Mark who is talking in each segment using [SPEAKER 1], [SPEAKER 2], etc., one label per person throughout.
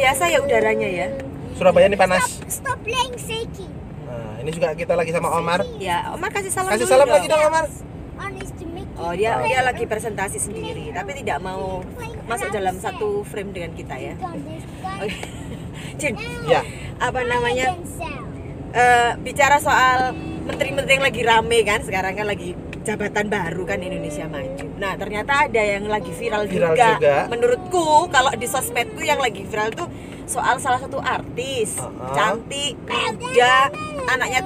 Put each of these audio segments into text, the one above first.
[SPEAKER 1] biasa ya udaranya ya.
[SPEAKER 2] Surabaya ini panas.
[SPEAKER 3] Stop playing shaky.
[SPEAKER 2] Nah, ini juga kita lagi sama Omar.
[SPEAKER 1] Ya, Omar kasih salam
[SPEAKER 2] Kasih
[SPEAKER 1] dulu
[SPEAKER 2] salam
[SPEAKER 1] dong.
[SPEAKER 2] lagi dong Omar.
[SPEAKER 3] Honest to make
[SPEAKER 1] Oh, dia lagi presentasi sendiri, tapi tidak mau masuk dalam satu frame dengan kita ya. Oke. Jin,
[SPEAKER 2] Ya.
[SPEAKER 1] apa namanya? Bicara soal menteri-menteri yang lagi rame kan, sekarang kan lagi jabatan baru kan Indonesia Maju. Nah, ternyata ada yang lagi viral juga. Menurutku kalau di sosmed tuh yang lagi viral tuh soal salah satu artis cantik, muda, anaknya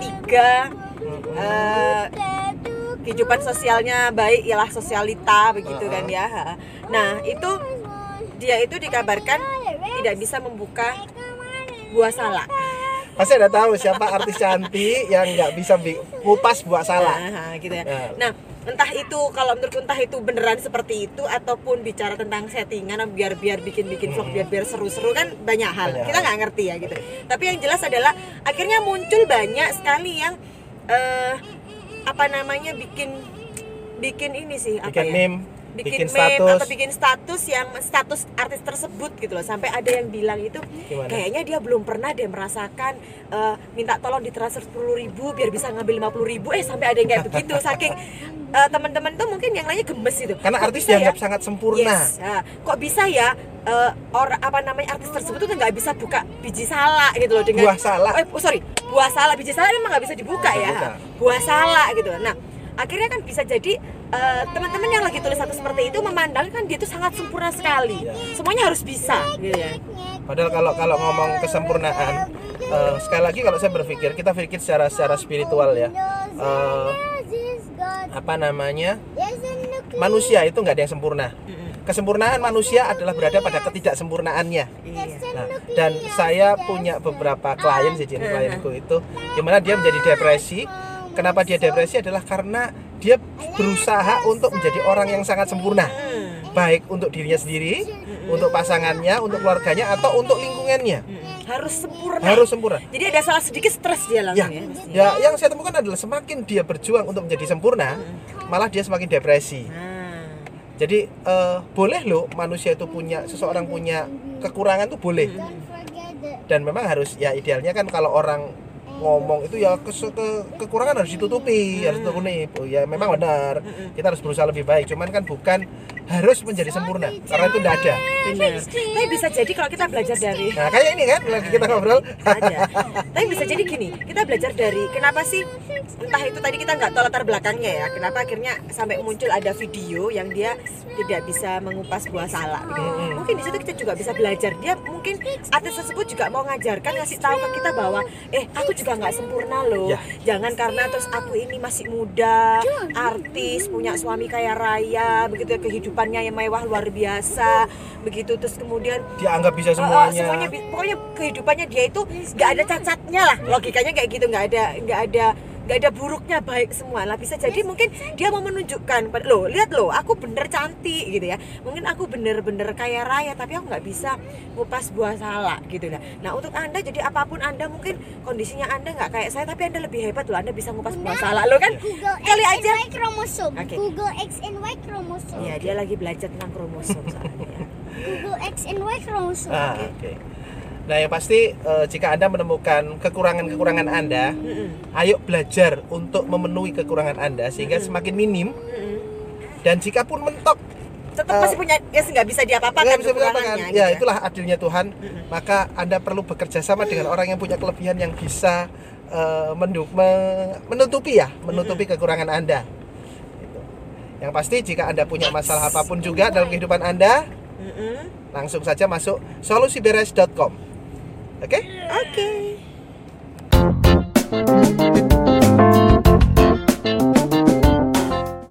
[SPEAKER 1] 3, kehidupan sosialnya baik, ialah sosialita begitu kan ya. Nah, dia itu dikabarkan tidak bisa membuka buah salak.
[SPEAKER 2] Pasti ada tahu siapa artis cantik yang nggak bisa ngupas buah salak.
[SPEAKER 1] Gitu ya. Nah, entah itu kalau menurutku entah itu beneran seperti itu ataupun bicara tentang settingan biar bikin vlog biar seru-seru kan banyak hal. Kita nggak ngerti ya gitu. Tapi yang jelas adalah akhirnya muncul banyak sekali yang bikin ini sih bikin meme atau bikin status yang status artis tersebut gitu loh, sampai ada yang bilang itu kayaknya dia belum pernah dia merasakan minta tolong ditransfer 10.000 biar bisa ngambil 50.000 sampai ada yang kayak begitu saking teman-teman tuh mungkin yang lainnya gemes itu
[SPEAKER 2] karena artis dianggap sangat sempurna.
[SPEAKER 1] Kok bisa ya artis tersebut tuh nggak bisa buka biji salak gitu loh dengan
[SPEAKER 2] buah salak.
[SPEAKER 1] Buah salak, biji salak memang nggak bisa dibuka ya. Buah salak gitu. Nah, akhirnya kan bisa jadi teman-teman yang lagi tulis satu seperti itu memandang kan dia itu sangat sempurna sekali. Semuanya harus bisa gitu ya.
[SPEAKER 2] Padahal kalau ngomong kesempurnaan, sekali lagi kalau saya berpikir, kita berpikir secara spiritual ya. Manusia itu nggak ada yang sempurna. Kesempurnaan manusia adalah berada pada ketidaksempurnaannya. Nah, dan saya punya beberapa klien klienku itu dimana dia menjadi depresi. Kenapa dia depresi adalah karena dia berusaha untuk menjadi orang yang sangat sempurna, baik untuk dirinya sendiri, untuk pasangannya, untuk keluarganya, atau untuk lingkungannya.
[SPEAKER 1] Harus sempurna. Jadi ada salah sedikit stres dia langsung
[SPEAKER 2] ya. Yang saya temukan adalah semakin dia berjuang untuk menjadi sempurna, malah dia semakin depresi. Jadi boleh loh manusia itu seseorang punya kekurangan tuh boleh. Dan memang harus ya idealnya kan kalau orang ngomong itu ya kekurangan harus ditutupi, harus terpenuhi. Ya memang benar. Kita harus berusaha lebih baik. Cuman kan bukan harus menjadi sempurna karena itu tidak ada.
[SPEAKER 1] Benar. Tapi bisa jadi kalau kita belajar dari
[SPEAKER 2] kayak ini kan lagi kita ngobrol.
[SPEAKER 1] Ada. Tapi bisa jadi gini, kita belajar dari kenapa sih entah itu tadi kita nggak tahu latar belakangnya ya. Kenapa akhirnya sampai muncul ada video yang dia tidak bisa mengupas buah salak gitu. Mungkin di situ kita juga bisa belajar. Dia mungkin artis tersebut juga mau ngajarkan ngasih tahu ke kita bahwa aku juga nggak sempurna loh. Jangan karena terus aku ini masih muda, artis, punya suami kaya raya, begitu ya, kehidupannya yang mewah luar biasa, begitu terus kemudian
[SPEAKER 2] dianggap bisa semuanya.
[SPEAKER 1] Pokoknya kehidupannya dia itu nggak ada cacatnya lah, logikanya kayak gitu, nggak ada buruknya, baik semua lah. Bisa jadi mungkin dia mau menunjukkan lihat loh aku bener cantik gitu ya, mungkin aku bener-bener kaya raya tapi aku nggak bisa ngupas buah salak gitu lah. Nah untuk anda, jadi apapun anda mungkin kondisinya anda nggak kayak saya tapi anda lebih hebat loh, anda bisa ngupas buah salak loh kan. Kali aja
[SPEAKER 3] Google X and Y kromosom.
[SPEAKER 1] Ya dia lagi belajar tentang kromosom soalnya.
[SPEAKER 3] Google X and Y kromosom.
[SPEAKER 2] Okay. Nah yang pasti jika Anda menemukan kekurangan-kekurangan Anda, ayo belajar untuk memenuhi kekurangan Anda sehingga semakin minim. Dan jika pun mentok
[SPEAKER 1] tetap masih punya, nggak bisa diapa-apakan kekurangannya.
[SPEAKER 2] Ya itulah adilnya Tuhan. Maka Anda perlu bekerja sama dengan orang yang punya kelebihan yang bisa menutupi kekurangan Anda. Gitu. Yang pasti jika Anda punya masalah apapun juga dalam kehidupan Anda, langsung saja masuk solusiberes.com. Oke?